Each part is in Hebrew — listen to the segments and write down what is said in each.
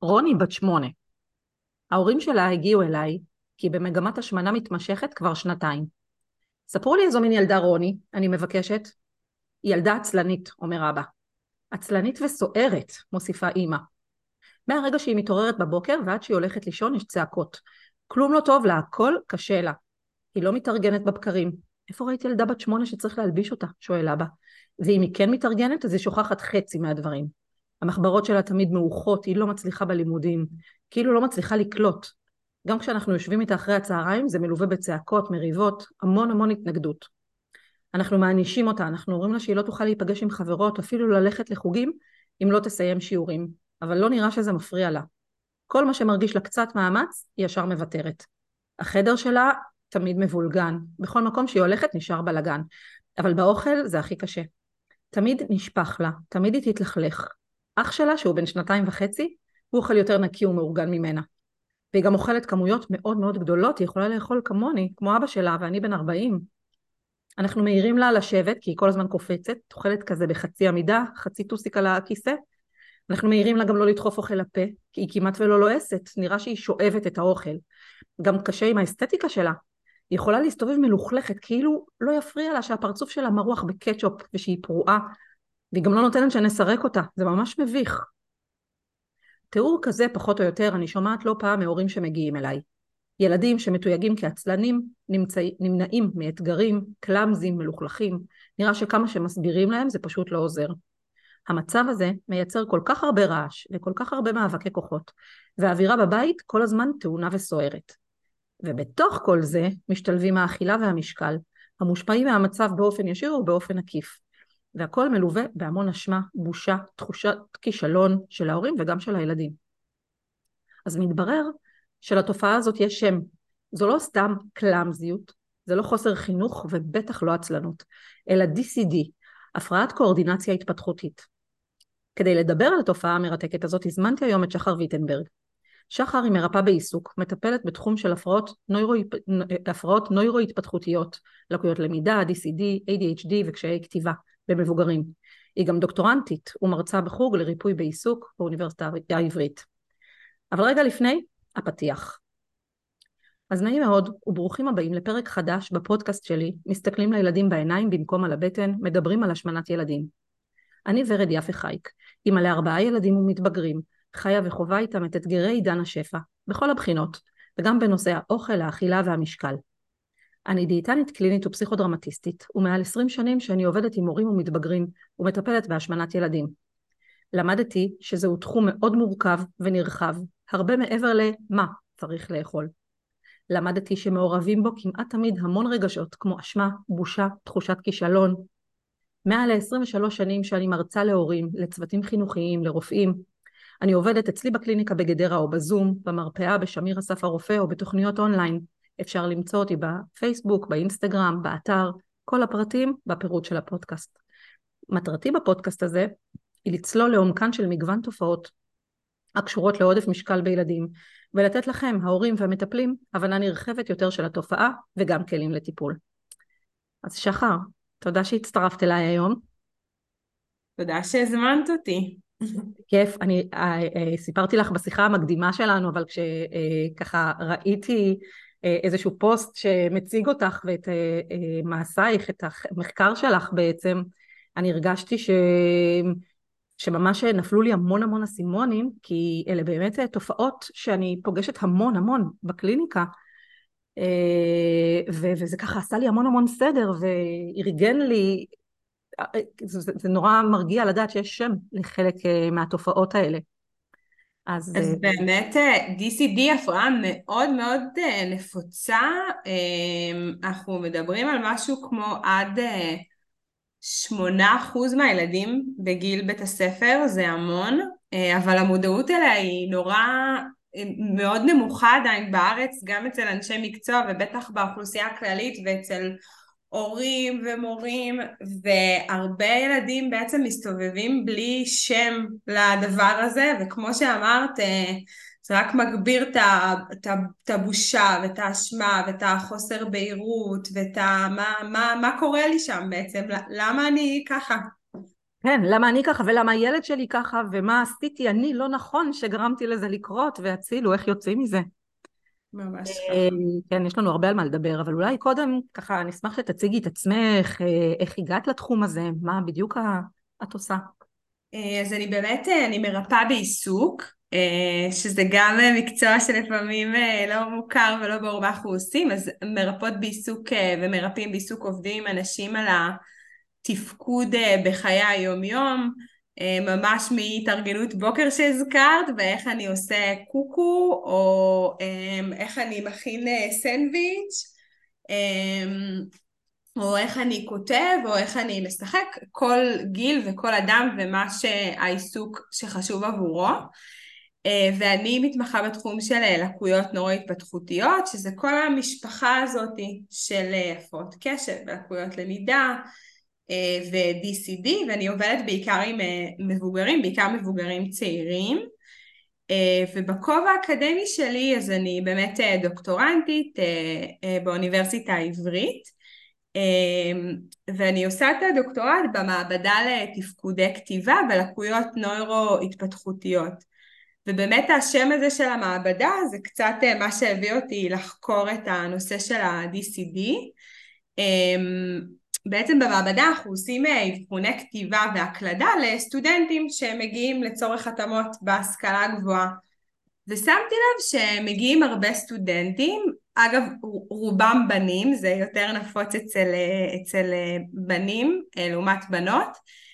רוני בת 8. ההורים שלה הגיעו אליי כי היא במגמת השמנה מתמשכת כבר שנתיים. ספרו לי איזו מין ילדה רוני, אני מבקשת. היא ילדה עצלנית, אומר אבא. עצלנית וסוערת, מוסיפה אמא. מהרגע שהיא מתעוררת בבוקר ועד שהיא הולכת לישון יש צעקות. כלום לא טוב לה, הכל קשה לה. היא לא מתארגנת בבקרים. איפה ראית ילדה בת 8 שצריך להלביש אותה? שואל אבא. ואם היא כן מתארגנת אז היא שוכחת חצי מהדברים. המחברות שלה תמיד מאוחות, היא לא מצליחה בלימודים, כאילו לא מצליחה לקלוט. גם כשאנחנו יושבים איתה אחרי הצהריים זה מלווה בצעקות, מריבות, המון המון התנגדות. אנחנו מענישים אותה, אנחנו אומרים לה שהיא לא תוכל להיפגש עם חברות, אפילו ללכת לחוגים אם לא תסיים שיעורים, אבל לא נראה שזה מפריע לה. כל מה שמרגיש לה קצת מאמץ, היא ישר מוותרת. החדר שלה תמיד מבולגן, בכל מקום שהיא הולכת נשאר בלגן, אבל באוכל זה הכי קשה. תמיד נשפך לה, תמיד היא תתלכלך. אח שלה, שהוא בן 2.5, הוא אוכל יותר נקי ומאורגן ממנה. והיא גם אוכלת כמויות מאוד מאוד גדולות, היא יכולה לאכול כמוני, כמו אבא שלה, ואני בן 40. אנחנו מעירים לה לשבת, כי היא כל הזמן קופצת, אוכלת כזה בחצי עמידה, חצי טוסיק על הכיסא. אנחנו מעירים לה גם לא לדחוף אוכל לפה, כי היא כמעט ולא לועסת, נראה שהיא שואבת את האוכל. גם קשה עם האסתטיקה שלה. היא יכולה להסתובב מלוכלכת, כאילו לא יפריע לה שהפרצוף שלה מרוח בקטשופ ושהיא פרועה, והיא גם לא נותנת שנסרק אותה, זה ממש מביך. תיאור כזה פחות או יותר אני שומעת לא פעם מהורים שמגיעים אליי. ילדים שמתויגים כעצלנים נמנעים מאתגרים, קלאמזים, מלוכלכים, נראה שכמה שמסבירים להם זה פשוט לא עוזר. המצב הזה מייצר כל כך הרבה רעש וכל כך הרבה מאבקי כוחות, והאווירה בבית כל הזמן טעונה וסוערת. ובתוך כל זה משתלבים האכילה והמשקל, המושפעים מהמצב באופן ישיר ובאופן עקיף. והכל מלווה בהמון אשמה, בושה, תחושת כישלון של ההורים וגם של הילדים. אז מתברר שלתופעה הזאת יש שם. זו לא סתם קלאמזיות, זה לא חוסר חינוך ובטח לא עצלנות, אלא DCD, הפרעת קואורדינציה התפתחותית. כדי לדבר על התופעה המרתקת הזאת, הזמנתי היום את שחר ויטנברג. שחר היא מרפאה בעיסוק, מטפלת בתחום של הפרעות נוירו-התפתחותיות, לקויות למידה, DCD, ADHD וקשיי כתיבה במבוגרים. היא גם דוקטורנטית ומרצה בחוג לריפוי בעיסוק באוניברסיטה העברית. אבל רגע לפני, הפתיח. אז נעים מאוד וברוכים הבאים לפרק חדש בפודקאסט שלי, מסתכלים לילדים בעיניים במקום על הבטן, מדברים על השמנת ילדים. אני ורד יפה חייק, אמא ל4 ילדים ומתבגרים, חיה וחובה איתם את אתגרי עידן השפע, בכל הבחינות, וגם בנושא האוכל, האכילה והמשקל. אני דיאטנית קלינית ופסיכודרמטיסטית, ומעל 20 שנים שאני עובדת עם הורים ומתבגרים, ומטפלת בהשמנת ילדים. למדתי שזהו תחום מאוד מורכב ונרחב, הרבה מעבר למה צריך לאכול. למדתי שמעורבים בו כמעט תמיד המון רגשות, כמו אשמה, בושה, תחושת כישלון. מעל 23 שנים שאני מרצה להורים, לצוותים חינוכיים, לרופאים. אני עובדת אצלי בקליניקה בגדרה או בזום, במרפאה בשמיר אסף הרופא או בתוכניות אונליין. אפשר למצוא אותי בפייסבוק, באינסטגרם, באתר, כל הפרטים בפירוט של הפודקאסט. מטרתי בפודקאסט הזה היא לצלול לעומקן של מגוון תופעות הקשורות לעודף משקל בילדים, ולתת לכם, ההורים והמטפלים, הבנה נרחבת יותר של התופעה וגם כלים לטיפול. אז שחר, תודה שהצטרפת אליי היום. תודה שהזמנת אותי. כיף, אני סיפרתי לך בשיחה המקדימה שלנו, אבל כשככה ראיתי איזשהו פוסט שמציג אותך ואת מעשייך, את המחקר שלך בעצם, אני הרגשתי שממש נפלו לי המון המון אסימונים, כי אלה באמת תופעות שאני פוגשת המון המון בקליניקה, וזה ככה עשה לי המון המון סדר, וארגן לי, זה נורא מרגיע לדעת שיש שם לחלק מהתופעות האלה. אז באמת DCD הפרעה מאוד מאוד נפוצה. אנחנו מדברים על משהו כמו עד 8% מהילדים בגיל בית הספר, זה המון, אבל המודעות אליה היא נורא מאוד נמוכה עדיין בארץ, גם אצל אנשי מקצוע ובטח באוכלוסייה הכללית ואצל הורים ומורים, והרבה ילדים בעצם מסתובבים בלי שם לדבר הזה, וכמו שאמרת, זה רק מגביר את הבושה ואת האשמה ואת החוסר בהירות ואת מה קורה לי שם בעצם, למה אני ככה? כן, למה אני ככה ולמה הילד שלי ככה ומה עשיתי אני לא נכון שגרמתי לזה לקרות והצילו, איך יוצאים מזה? ממש אה, ככה. כן, יש לנו הרבה על מה לדבר, אבל אולי קודם ככה נשמח שתציגי את עצמך, איך הגעת לתחום הזה, מה בדיוק את עושה? אז אני באמת, אני מרפאה בעיסוק, שזה גם מקצוע שלפעמים לא מוכר ולא ברור מה אנחנו עושים, אז מרפאות בעיסוק ומרפאים בעיסוק עובדים עם אנשים על התפקוד בחיי היום-יום, ממש מהתארגנות בוקר שהזכרת, ואיך אני עושה קוקו, או איך אני מכין סנדוויץ', או איך אני כותב, או איך אני משחק, כל גיל וכל אדם ומה שהעיסוק שחשוב עבורו. ואני מתמחה בתחום של לקויות נוירו-התפתחותיות, שזה כל המשפחה הזאת של הפרעות קשב ולקויות למידה ו-DCD, ואני עובדת בעיקר עם מבוגרים, בעיקר מבוגרים צעירים. ובכובע האקדמי שלי, אז אני באמת דוקטורנטית באוניברסיטה העברית, ואני עושה את הדוקטורט במעבדה לתפקודי כתיבה ולקויות נוירו-התפתחותיות. ובאמת השם הזה של המעבדה זה קצת מה שהביא אותי לחקור את הנושא של ה-DCD. בעצם במעבדה אנחנו עושים אבחוני כתיבה והקלדה לסטודנטים שמגיעים לצורך התאמות בהשכלה הגבוהה. ושמתי לב שמגיעים הרבה סטודנטים, אגב רובם בנים, זה יותר נפוץ אצל בנים לעומת בנות,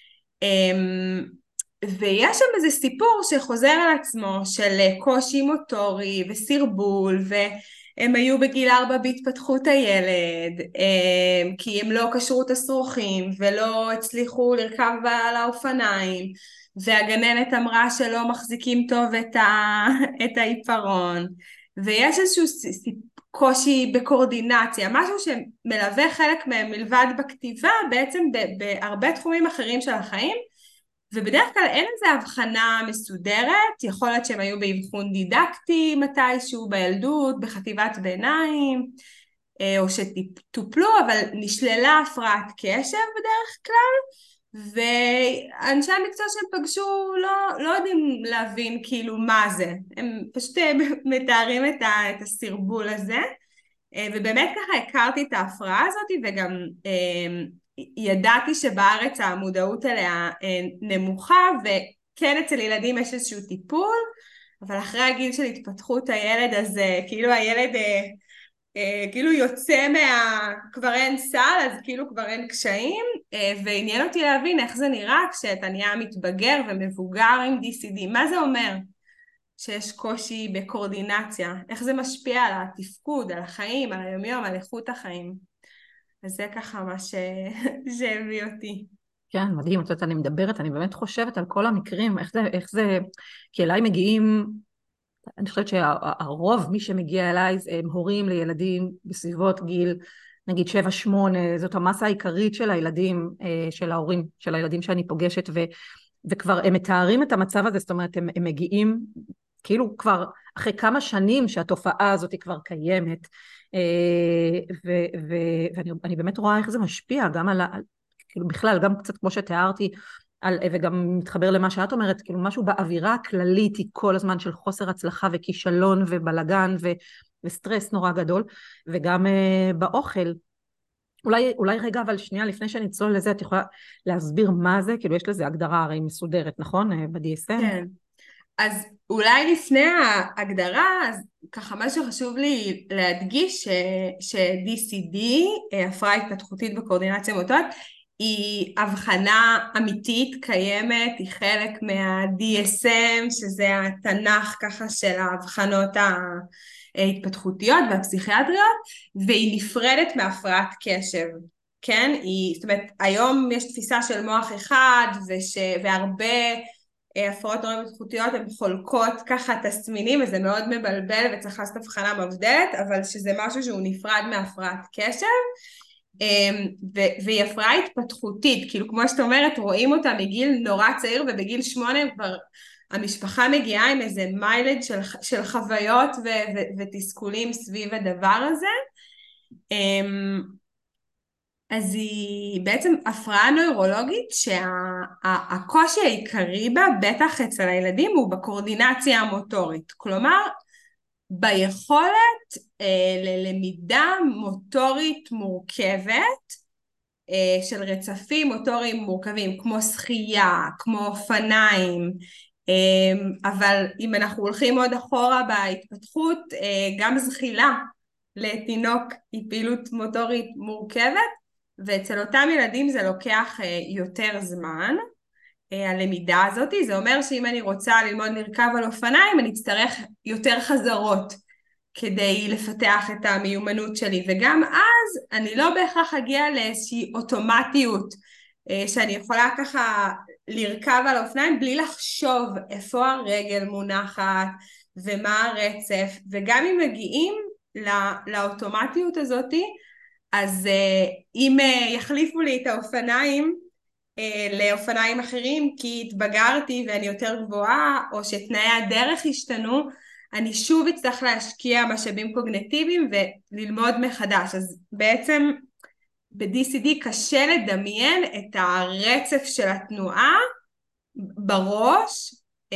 ויש שם איזה סיפור שחוזר על עצמו של קושי מוטורי וסרבול, והם היו בגיל 4 בהתפתחות הילד, כי הם לא קשרו את השרוכים ולא הצליחו לרכב על האופניים, והגננת אמרה שלא מחזיקים טוב את העיפרון, ויש איזשהו קושי בקורדינציה, משהו שמלווה חלק מהם מלבד בכתיבה, בעצם בהרבה תחומים אחרים של החיים, ובדרך כלל אין איזו הבחנה מסודרת, יכול להיות שהם היו באבחון דידקטי מתישהו בילדות, בחטיבת ביניים, או שטופלו, אבל נשללה הפרעת קשב בדרך כלל, ואנשי המקצוע שהם פגשו לא יודעים להבין כאילו מה זה, הם פשוט מתארים את הסרבול הזה, ובאמת ככה הכרתי את ההפרעה הזאת, וגם ידעתי שבארץ המודעות אליה נמוכה, וכן אצל ילדים יש איזשהו טיפול, אבל אחרי הגיל של התפתחות הילד, אז כאילו הילד כאילו יוצא כבר אין סל, אז כאילו כבר אין קשיים, ועניין אותי להבין איך זה נראה כשאתה נהיה מתבגר ומבוגר עם DCD, מה זה אומר שיש קושי בקורדינציה, איך זה משפיע על התפקוד, על החיים, על היומיום, על איכות החיים. אז זה ככה מה שהביא אותי. כן, מדהים, את יודעת, אני מדברת, אני באמת חושבת על כל המקרים, איך זה, כי אליי מגיעים, אני חושבת שהרוב, מי שמגיע אליי, הם הורים לילדים בסביבות גיל, נגיד 7-8, זאת המסה העיקרית של הילדים, של ההורים, של הילדים שאני פוגשת, וכבר הם מתארים את המצב הזה, זאת אומרת, הם מגיעים, כאילו כבר אחרי כמה שנים שהתופעה הזאת כבר קיימת, ואני באמת רואה איך זה משפיע גם כאילו בכלל, גם קצת כמו שתיארתי, וגם מתחבר למה שאת אומרת, כאילו משהו באווירה הכללית היא כל הזמן של חוסר הצלחה וכישלון ובלגן וסטרס נורא גדול, וגם באוכל. אולי רגע, אבל שנייה, לפני שנצלול לזה, את יכולה להסביר מה זה? כאילו יש לזה הגדרה הרי מסודרת, נכון? ב-DSM? כן. אז אולי לפני ההגדרה, אז ככה מה שחשוב לי להדגיש ש-DCD, הפרעה התפתחותית בקואורדינציה מוטורית, היא הבחנה אמיתית, קיימת, היא חלק מה-DSM, שזה התנ"ך ככה של ההבחנות ההתפתחותיות והפסיכיאטריות, והיא נפרדת מהפרעת קשב. כן, זאת אומרת, היום יש תפיסה של מוח אחד, והרבה הפרעות נוירו-התפתחותיות הן חולקות ככה תסמינים, וזה מאוד מבלבל וצריך לעשות הבחנה מבדלת, אבל שזה משהו שהוא נפרד מהפרעת קשב, והיא הפרעה התפתחותית, כאילו כמו שאת אומרת, רואים אותה מגיל נורא צעיר, ובגיל 8 כבר המשפחה מגיעה עם איזה מיילד של חוויות ותסכולים סביב הדבר הזה. אז היא בעצם הפרעה נוירולוגית שהקושי העיקרי בה, בטח אצל הילדים, הוא בקואורדינציה המוטורית. כלומר, ביכולת ללמידה מוטורית מורכבת, של רצפים מוטוריים מורכבים, כמו שחייה, כמו אופניים, אבל אם אנחנו הולכים עוד אחורה בהתפתחות, גם זחילה לתינוק היא פעילות מוטורית מורכבת, ואצל אותם ילדים זה לוקח יותר זמן, הלמידה הזאת. זה אומר שאם אני רוצה ללמוד לרכב על אופניים, אני אצטרך יותר חזרות כדי לפתח את המיומנות שלי, וגם אז אני לא בהכרח אגיע לאיזושהי אוטומטיות, שאני יכולה ככה לרכב על האופניים בלי לחשוב איפה הרגל מונחת ומה הרצף, וגם אם מגיעים לאוטומטיות הזאת, אז אם יחליפו לי את האופניים לאופניים אחרים כי התבגרתי ואני יותר גבוהה, או שתנאי הדרך השתנו, אני שוב אצטרך להשקיע משאבים קוגניטיביים וללמוד מחדש. אז בעצם ב-DCD קשה לדמיין את הרצף של התנועה בראש,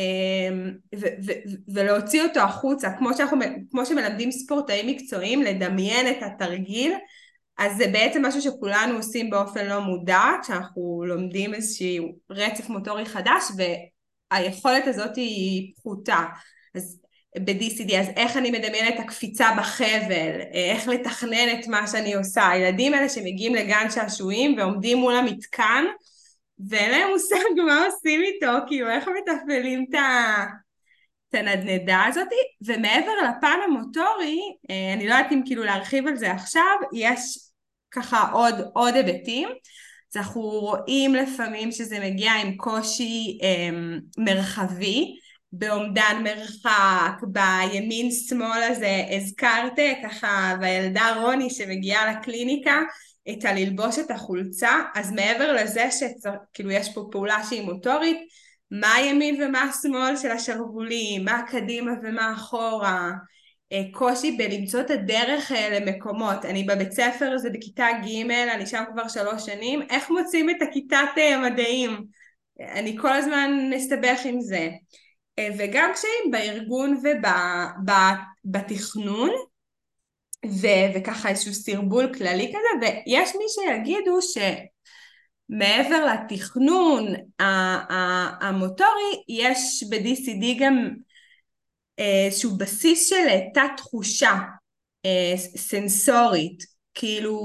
ולהוציא אותו החוצה, כמו שמלמדים ספורטאים מקצועיים לדמיין את התרגיל. אז זה בעצם משהו שכולנו עושים באופן לא מודע, כשאנחנו לומדים איזשהו רצף מוטורי חדש, והיכולת הזאת היא פחותה. אז ב-DCD, אז איך אני מדמיינת את הקפיצה בחבל, איך לתכנן את מה שאני עושה. הילדים האלה שמגיעים לגן שעשועים ועומדים מול המתקן, ואין להם מושג מה עושים איתו, כאילו איך מתפעלים את הנדנדה הזאת. ומעבר לפן המוטורי, אני לא יודעת אם כאילו להרחיב על זה עכשיו, יש ככה עוד היבטים. אז אנחנו רואים לפעמים שזה מגיע עם קושי מרחבי, בעומדן מרחק, בימין שמאל הזה הזכרת ככה, והילדה רוני שמגיעה לקליניקה, את הללבוש את החולצה. אז מעבר לזה שכאילו יש פה פעולה שהיא מוטורית, מה הימין ומה השמאל של השרוולים, מה קדימה ומה אחורה, קושי בלמצוא את הדרך למקומות. אני בבית ספר הזה בכיתה ג', אני שם כבר 3 שנים, איך מוצאים את הכיתת מדעים? אני כל הזמן מסתבך עם זה. וגם קשיים בארגון ובתכנון, וככה איזשהו סרבול כללי כזה, ויש מי שיגידו שמעבר לתכנון המוטורי, יש ב-DCD גם איזשהו בסיס של תת תחושה סנסורית, כאילו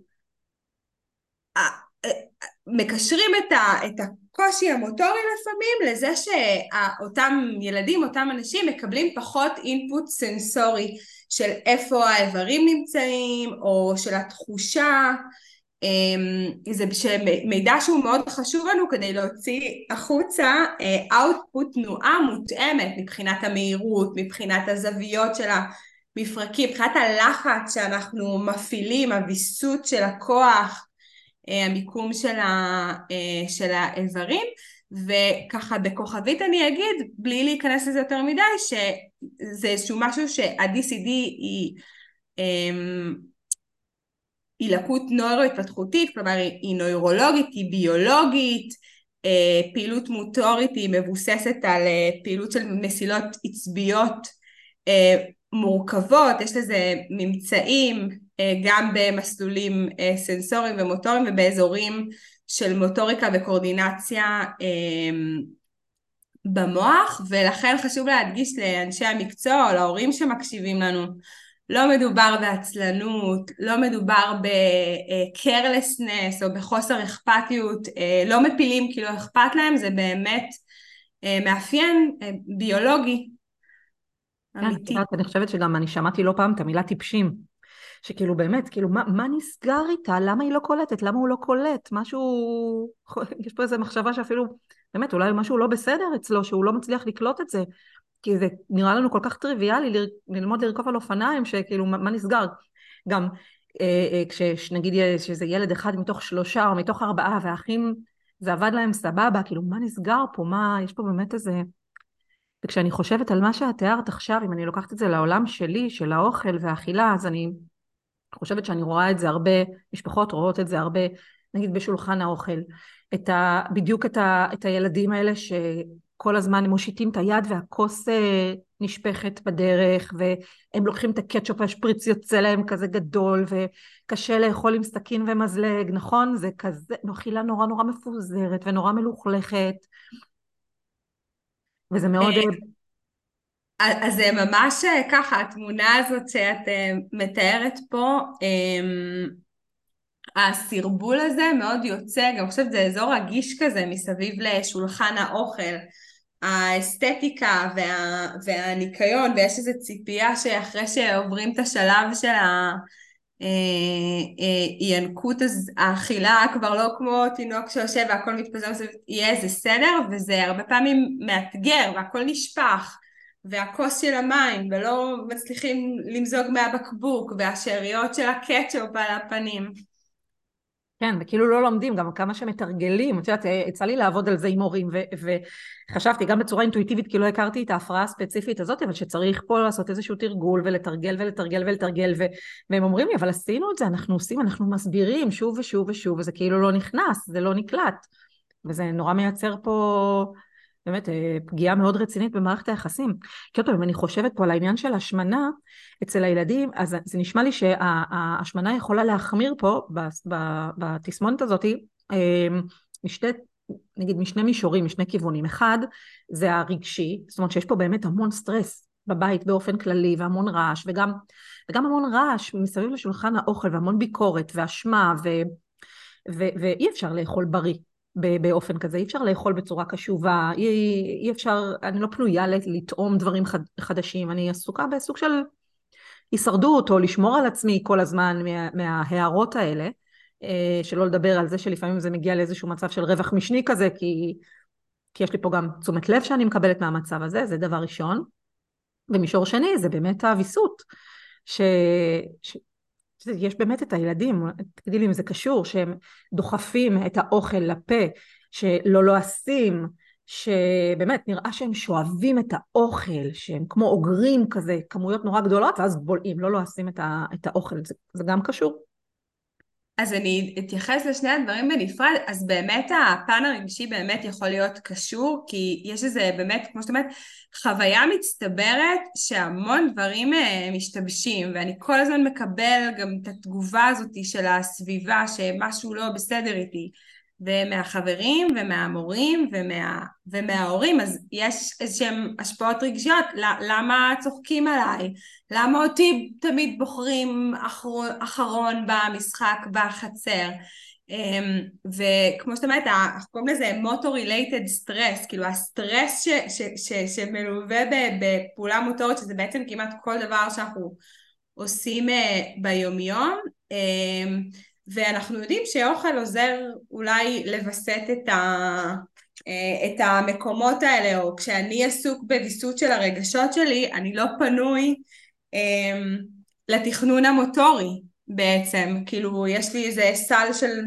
מקשרים את הקושי המוטורי לפעמים לזה שאותם ילדים, אותם אנשים מקבלים פחות אינפוט סנסורי של איפה האיברים נמצאים, או של התחושה. זה מידע שהוא מאוד חשוב לנו כדי להוציא החוצה output תנועה מותאמת מבחינת המהירות, מבחינת הזוויות של המפרקים, מבחינת הלחץ שאנחנו מפעילים, הוויסות של הכוח, המיקום של האיברים. וככה בכוכבית אני אגיד, בלי להיכנס לזה יותר מדי, שזה איזשהו משהו שה-DCD היא לקות נוירו-התפתחותית, כלומר היא נוירולוגית, היא ביולוגית, פעילות מוטורית היא מבוססת על פעילות של מסילות עצביות מורכבות, יש לזה ממצאים גם במסלולים סנסוריים ומוטוריים ובאזורים של מוטוריקה וקואורדינציה במוח. ולכן חשוב להדגיש לאנשי המקצוע או להורים שמקשיבים לנו, לא מדובר בעצלנות, לא מדובר ב-carelessness או בחוסר אכפתיות, לא מפילים כי לא אכפת להם, זה באמת מאפיין ביולוגי אמיתי. אני חושבת שגם אני שמעתי לא פעם את המילה טיפשים, שכאילו באמת, כאילו מה נסגר איתה? למה היא לא קולטת? למה הוא לא קולט? משהו, יש פה איזו מחשבה שאפילו, באמת, אולי משהו לא בסדר אצלו, שהוא לא מצליח לקלוט את זה, כי זה נראה לנו כל כך טריוויאלי ללמוד לרכוב על אופניים, שכאילו מה נסגר? גם כשנגיד שזה ילד אחד מתוך 3 או מתוך 4, והאחים זה עבד להם סבבה, כאילו מה נסגר פה? יש פה באמת איזה... וכשאני חושבת על מה שאת תיארת עכשיו, אם אני לוקחת את זה לעולם שלי, של האוכל והאכילה, אז אני חושבת שאני רואה את זה הרבה, משפחות רואות את זה הרבה, נגיד בשולחן האוכל, בדיוק את הילדים האלה שכל הזמן הם מושיטים את היד והכוס נשפכת בדרך, והם לוקחים את הקטשופ והשפריץ יוצא להם כזה גדול, וקשה לאכול עם סכין ומזלג, נכון? זה כזה, אכילה נורא נורא מפוזרת ונורא מלוכלכת, וזה מאוד... אז זה ממש ככה, התמונה הזאת שאת מתארת פה, הסרבול הזה מאוד יוצא, גם חושבת זה אזור רגיש כזה מסביב לשולחן האוכל, האסתטיקה והניקיון, ויש איזו ציפייה שאחרי שעוברים את השלב של הינקות, אז האכילה כבר לא כמו תינוק שיושב והכל מתפזר, יהיה איזה סדר, וזה הרבה פעמים מאתגר והכל נשפך, והכוס של המים ולא מצליחים למזוג מהבקבוק, והשאריות של הקטשופ על הפנים. כן, וכאילו לא לומדים, גם כמה שמתרגלים, את יודעת, יצא לי לעבוד על זה עם הורים, וחשבתי גם בצורה אינטואיטיבית, כי לא הכרתי את ההפרעה הספציפית הזאת, אבל שצריך פה לעשות איזשהו תרגול, ולתרגל ולתרגל ולתרגל, והם אומרים לי, אבל עשינו את זה, אנחנו עושים, אנחנו מסבירים שוב ושוב ושוב, וזה כאילו לא נכנס, זה לא נקלט, וזה נורא מייצר פה באמת פגיעה מאוד רצינית במערכת היחסים. כי עוד פעם, אם אני חושבת פה על העניין של השמנה אצל הילדים, אז זה נשמע לי שההשמנה יכולה להחמיר פה בתסמונת הזאת, משתי, נגיד משני מישורים, משני כיוונים. אחד, זה הרגשי, זאת אומרת שיש פה באמת המון סטרס בבית באופן כללי, והמון רעש, וגם המון רעש מסביב לשולחן האוכל, והמון ביקורת ואשמה, ואי אפשר לאכול בריא. באופן כזה, אי אפשר לאכול בצורה קשובה, אי אפשר, אני לא פנויה לטעום דברים חדשים, אני עסוקה בסוג של הישרדות, או לשמור על עצמי כל הזמן מההערות האלה, שלא לדבר על זה שלפעמים זה מגיע לאיזשהו מצב של רווח משני כזה, כי יש לי פה גם תשומת לב שאני מקבלת מהמצב הזה, זה דבר ראשון. ומישור שני זה באמת האביסות, יש באמת את הילדים, תגידי לי אם זה קשור, שהם דוחפים את האוכל לפה, שלא לועסים, שבאמת נראה שהם שואבים את האוכל, שהם כמו אוגרים כזה, כמויות נורא גדולות, ואז בולעים, לא לועסים את האוכל, זה גם קשור. אז אני אתייחס לשני הדברים בנפרד. אז באמת הפן הרגשי באמת יכול להיות קשור, כי יש איזה באמת, כמו שאת אומרת, חוויה מצטברת שהמון דברים משתבשים, ואני כל הזמן מקבל גם את התגובה הזאת של הסביבה שמשהו לא בסדר איתי, ומהחברים ומהמורים ומההורים, אז יש איזשהם השפעות רגשיות, למה צוחקים עליי? למה אותי תמיד בוחרים אחרון במשחק בחצר? וכמו שאת אומרת, אנחנו קוראים לזה motor-related stress, כאילו הסטרס שמלווה בפעולה מוטורית, שזה בעצם כמעט כל דבר שאנחנו עושים ביומיום, ואנחנו יודעים שאוכל עוזר אולי לבסט את המקומות האלה, או כשאני עסוק בוויסות של הרגשות שלי, אני לא פנוי לתכנון המוטורי בעצם, כאילו יש לי איזה סל של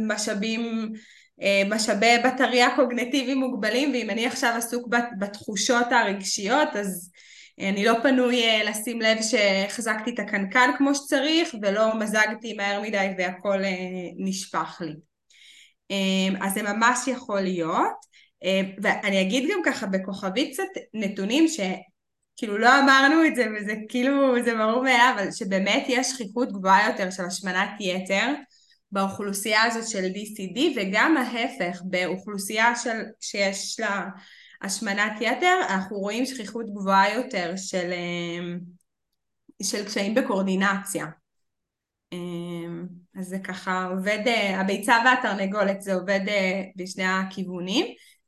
משאבי בטריה קוגניטיביים מוגבלים, ואם אני עכשיו עסוק בתחושות הרגשיות, אז אני לא פנוי לשים לב שחזקתי את הקנקן כמו שצריך, ולא מזגתי מהר מדי והכל נשפך לי. אז זה ממש יכול להיות, ואני אגיד גם ככה בכוכבית קצת נתונים שכאילו לא אמרנו את זה, וזה כאילו זה ברור מאליו, אבל שבאמת יש שכיחות גבוהה יותר של השמנת יתר באוכלוסייה הזאת של DCD, וגם ההפך, באוכלוסייה שיש לה השמנת יתר, אנחנו רואים שכיחות גבוהה יותר של קשיים בקואורדינציה. אז זה ככה עובד, הביצה והתרנגולת זה עובד בשני הכיוונים.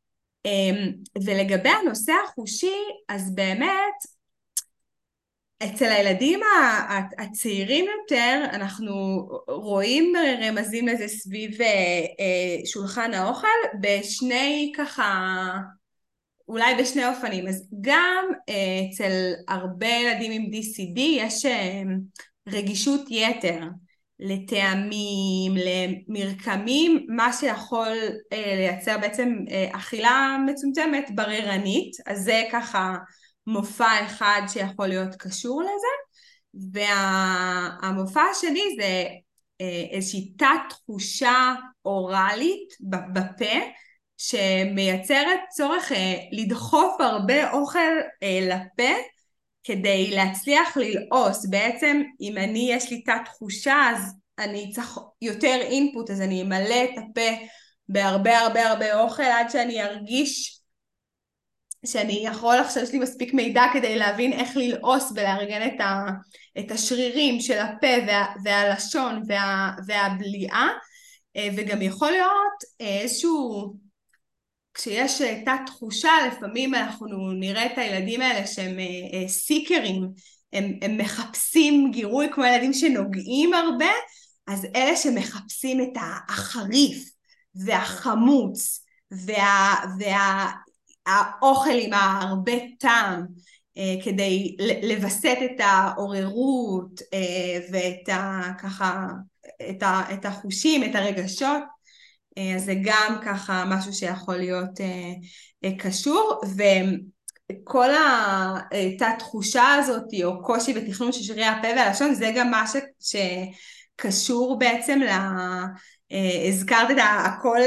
ולגבי הנושא החושי, אז באמת אצל הילדים הצעירים יותר אנחנו רואים רמזים לזה סביב שולחן האוכל בשני ככה, אולי בשני אופנים. אז גם אצל הרבה ילדים עם DCD יש רגישות יתר לטעמים, למרקמים, מה שיכול לייצר בעצם אכילה מצומצמת בררנית, אז זה ככה מופע אחד שיכול להיות קשור לזה. והמופע השני זה איזושהי תת תחושה אוראלית בפה, שמייצרת צורך לדחוף הרבה אוכל לפה, כדי להצליח ללעוס. בעצם אם יש לי תת תחושה, אז אני צריך יותר אינפוט, אז אני אמלא את הפה בהרבה הרבה הרבה אוכל, עד שאני ארגיש שאני יכול עכשיו, יש לי מספיק מידע כדי להבין איך ללעוס ולארגן את השרירים של הפה והלשון והבליעה. וגם יכול להיות איזשהו, כשיש תת תחושה, לפעמים אנחנו נראה את הילדים האלה שהם סיקרים, הם מחפשים גירוי כמו ילדים שנוגעים הרבה, אז אלה שמחפשים את החריף והחמוץ והאוכל עם הרבה טעם, כדי לווסת את העוררות ואת ככה את החושים, את הרגשות. אז זה גם ככה משהו שיכול להיות קשור, וכל התחושה הזאת או קושי בתכנון של שרירי הפה והלשון, זה גם מה שקשור בעצם הזכרת את הכל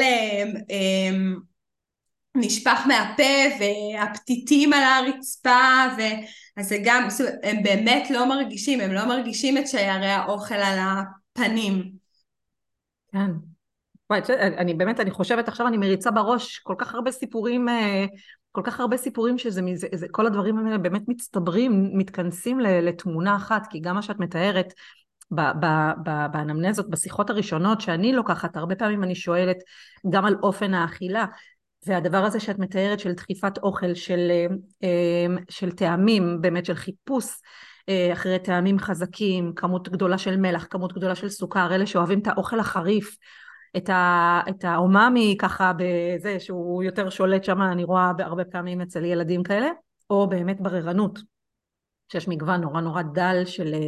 נשפך מהפה והפתיתים על הרצפה, אז זה גם, הם באמת לא מרגישים, הם לא מרגישים את שיירי האוכל על הפנים. כן. וואי, אני באמת, אני חושבת עכשיו, אני מריצה בראש כל כך הרבה סיפורים, כל כך הרבה סיפורים כל הדברים האלה באמת מצטברים, מתכנסים לתמונה אחת, כי גם מה שאת מתארת באנמנזות, בשיחות הראשונות שאני לוקחת, הרבה פעמים אני שואלת גם על אופן האכילה, והדבר הזה שאת מתארת של דחיפת אוכל, של טעמים, באמת של חיפוש אחרי טעמים חזקים, כמות גדולה של מלח, כמות גדולה של סוכר, אלה שאוהבים את האוכל החריף, את האומאמי ככה בזה שהוא יותר שולט שם, אני רואה הרבה פעמים אצל ילדים כאלה, או באמת בררנות, שיש מגוון נורא נורא דל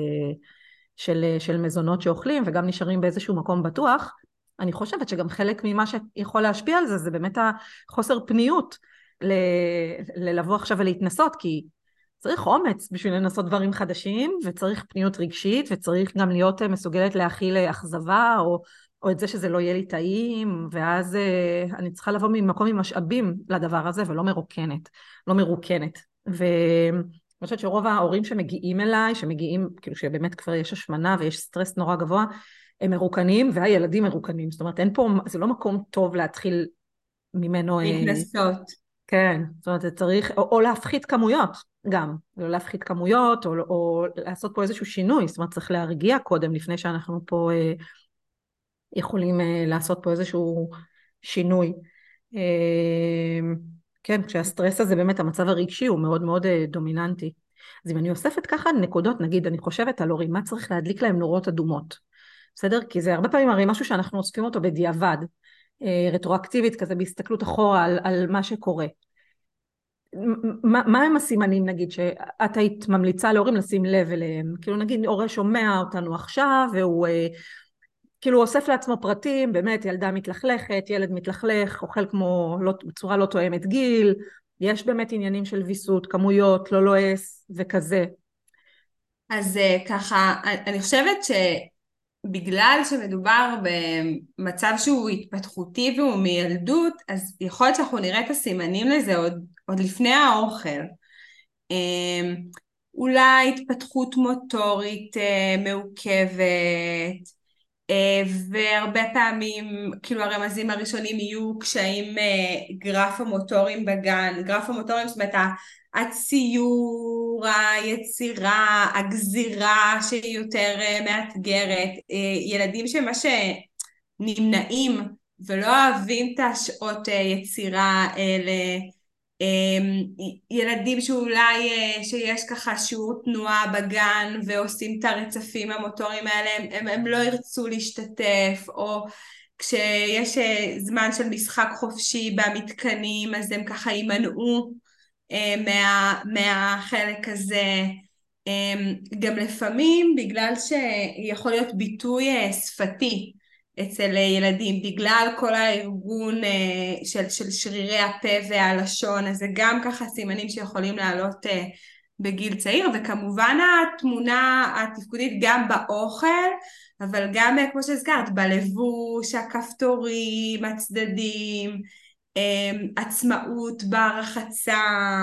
של מזונות שאוכלים, וגם נשארים באיזשהו מקום בטוח. אני חושבת שגם חלק ממה שיכול להשפיע על זה, זה באמת החוסר פניות לבוא עכשיו ולהתנסות, כי צריך אומץ בשביל לנסות דברים חדשים, וצריך פניות רגשית, וצריך גם להיות מסוגלת להכיל אכזבה, או את זה שזה לא יהיה לי טעים, ואז אני צריכה לבוא ממקום עם משאבים לדבר הזה, ולא מרוקנת, לא מרוקנת. ואני חושבת שרוב ההורים שמגיעים אליי, שמגיעים, כאילו שבאמת כבר יש השמנה ויש סטרס נורא גבוה, הם מרוקנים, והילדים מרוקנים. זאת אומרת, אין פה, זה לא מקום טוב להתחיל ממנו להתנסות. כן, זאת אומרת, זה צריך, או להפחית כמויות גם, לא להפחית כמויות, או לעשות פה איזשהו שינוי, זאת אומרת, צריך להרגיע קודם, לפני שאנחנו פה יכולים לעשות פה איזשהו שינוי. כן, כשהסטרס הזה באמת, המצב הרגשי הוא מאוד מאוד דומיננטי. אז אם אני אוספת ככה נקודות, נגיד, אני חושבת על הורים, מה צריך להדליק להם נורות אדומות? בסדר? כי זה הרבה פעמים הרי משהו שאנחנו אוספים אותו בדיעבד, רטרואקטיבית כזה, בהסתכלות אחורה על מה שקורה. מה הם הסימנים, נגיד, שאת היית ממליצה להורים לשים לב אליהם? כאילו נגיד, הורה שומע אותנו עכשיו, והוא כאילו אוסף לעצמו פרטים, באמת ילדה מתלכלכת, ילד מתלכלך, אוכל כמו, בצורה לא תואמת גיל, יש באמת עניינים של ויסות, כמויות, לא לועס וכזה. אז ככה, אני חושבת שבגלל שמדובר במצב שהוא התפתחותי והוא מילדות, אז יכול להיות שאנחנו נראה את הסימנים לזה עוד לפני האוכל. אולי התפתחות מוטורית מעוכבת, והרבה פעמים כאילו הרמזים הראשונים יהיו קשיים גרפומוטוריים בגן, גרפומוטוריים זאת אומרת הציור, היצירה, הגזירה שהיא יותר מאתגרת, ילדים שממש נמנעים ולא אוהבים את השעות יצירה האלה, ילדים שאולי שיש ככה שיעור תנועה בגן ועושים את הרצפים המוטוריים האלה, הם לא ירצו להשתתף, או כשיש זמן של משחק חופשי במתקנים אז הם ככה יימנעו מהחלק הזה. גם לפעמים בגלל שיכול להיות ביטוי שפתי אצל ילדים, בגלל כל הארגון של שרירי הפה והלשון, אז זה גם ככה סימנים שיכולים לעלות בגיל צעיר, וכמובן התמונה התפקודית גם באוכל, אבל גם כמו שהזכרת, בלבוש, הכפתורים, הצדדים, עצמאות ברחצה,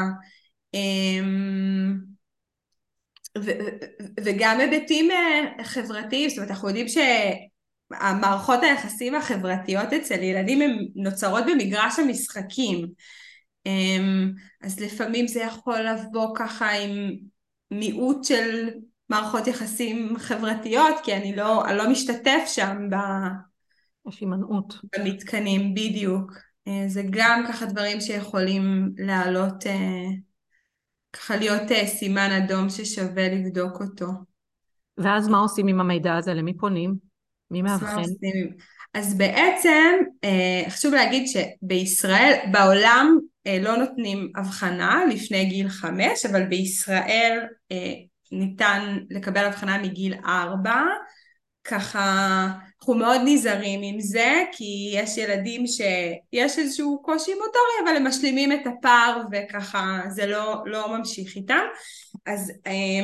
וגם היבטים חברתיים. זאת אומרת, אנחנו יודעים שהמערכות היחסים החברתיות אצל ילדים הן נוצרות במגרש המשחקים. אז לפעמים זה יכול לבוא ככה עם מיעוט של מערכות יחסים חברתיות, כי אני לא משתתף שם יש הימנעות. במתקנים בדיוק. זה גם ככה דברים שיכולים לעלות, ככה להיות סימן אדום ששווה לבדוק אותו. ואז מה עושים עם המידע הזה? למי פונים? מי אז מה מאבחן? עושים? אז בעצם חשוב להגיד שבישראל, בעולם לא נותנים הבחנה לפני גיל 5, אבל בישראל ניתן לקבל הבחנה מגיל 4, ככה אנחנו מאוד נזהרים עם זה, כי יש ילדים שיש איזשהו קושי מוטורי, אבל הם משלימים את הפער וככה זה לא ממשיך איתם. אז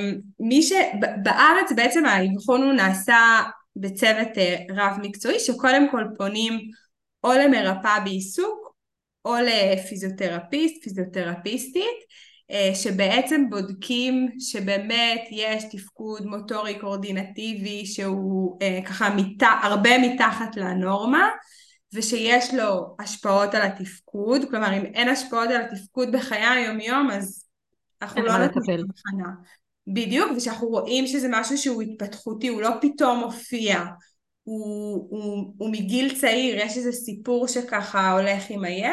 בארץ בעצם האבחון הוא נעשה בצוות רב מקצועי, שקודם כל פונים או למרפאה בעיסוק או לפיזיותרפיסט, פיזיותרפיסטית, שבעצם בודקים שבאמת יש תפקוד מוטורי קורדינטיבי שהוא ככה הרבה מתחת לנורמה, ושיש לו השפעות על התפקוד. כלומר, אם אין השפעות על התפקוד בחיי היום יום, אז אנחנו אין לא מה נותנים לטפל. הבחנה. בדיוק, ושאנחנו רואים שזה משהו שהוא התפתחותי, הוא לא פתאום מופיע, הוא מגיל צעיר, יש איזה סיפור שככה הולך עם הילד.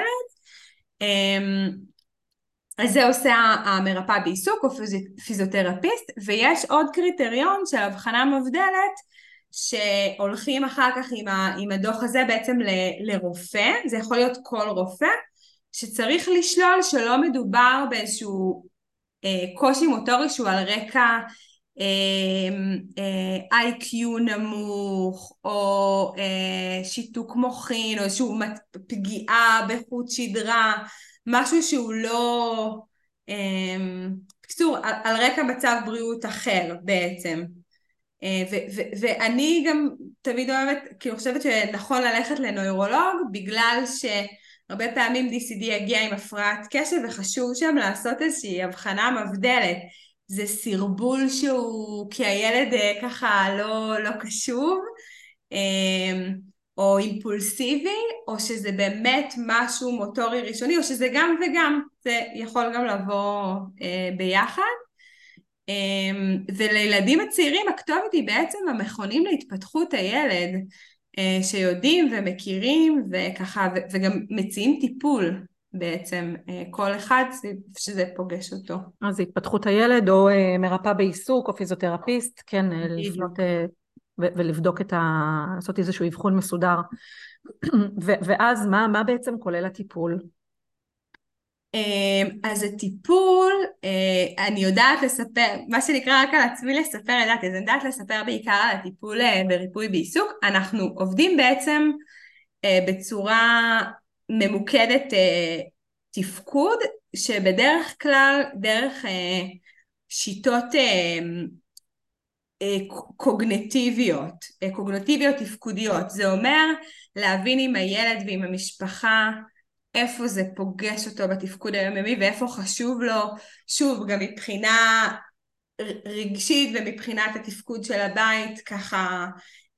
אז זה עושה המרפאה בעיסוק או פיזיותרפיסט, ויש עוד קריטריון של הבחנה מבדלת, שהולכים אחר כך עם הדוח הזה בעצם לרופא, זה יכול להיות כל רופא, שצריך לשלול שלא מדובר באיזשהו קושי מוטורי שהוא על רקע IQ נמוך, או שיתוק מוחין, או איזושהי פגיעה בחוט שדרה, משהו שהוא לא, בקיצור, על רקע מצב בריאות אחר בעצם. ואני גם תמיד אוהבת, כי אני חושבת שנכון ללכת לנוירולוג, בגלל שהרבה פעמים DCD יגיע עם הפרעת קשב, וחשוב שם לעשות איזושהי הבחנה מבדלת. זה סרבול שהוא, כי הילד ככה לא קשוב, או אימפולסיבי, או שזה באמת משהו מוטורי ראשוני, או שזה גם וגם, זה יכול גם לבוא ביחד. ולילדים הצעירים הכתובת היא בעצם המכונים להתפתחות הילד, שיודעים ומכירים וככה, וגם מציעים טיפול בעצם, כל אחד שזה פוגש אותו. אז התפתחות הילד או מרפאה בעיסוק או פיזיותרפיסט, כן, לפנות בדיוק. ולבדוק לעשות איזשהו אבחון מסודר. ואז מה בעצם כולל הטיפול? אז הטיפול, אני יודעת לספר, מה שנקרא רק על עצמי לספר, ידעתי, אז אני יודעת לספר בעיקר על הטיפול בריפוי בעיסוק. אנחנו עובדים בעצם בצורה ממוקדת תפקוד, שבדרך כלל דרך שיטות קוגניטיביות תפקודיות. זה אומר להבין עם הילד ועם המשפחה איפה זה פוגש אותו בתפקוד היומיומי ואיפה חשוב לו, שוב גם מבחינה רגשית ומבחינת התפקוד של הבית, ככה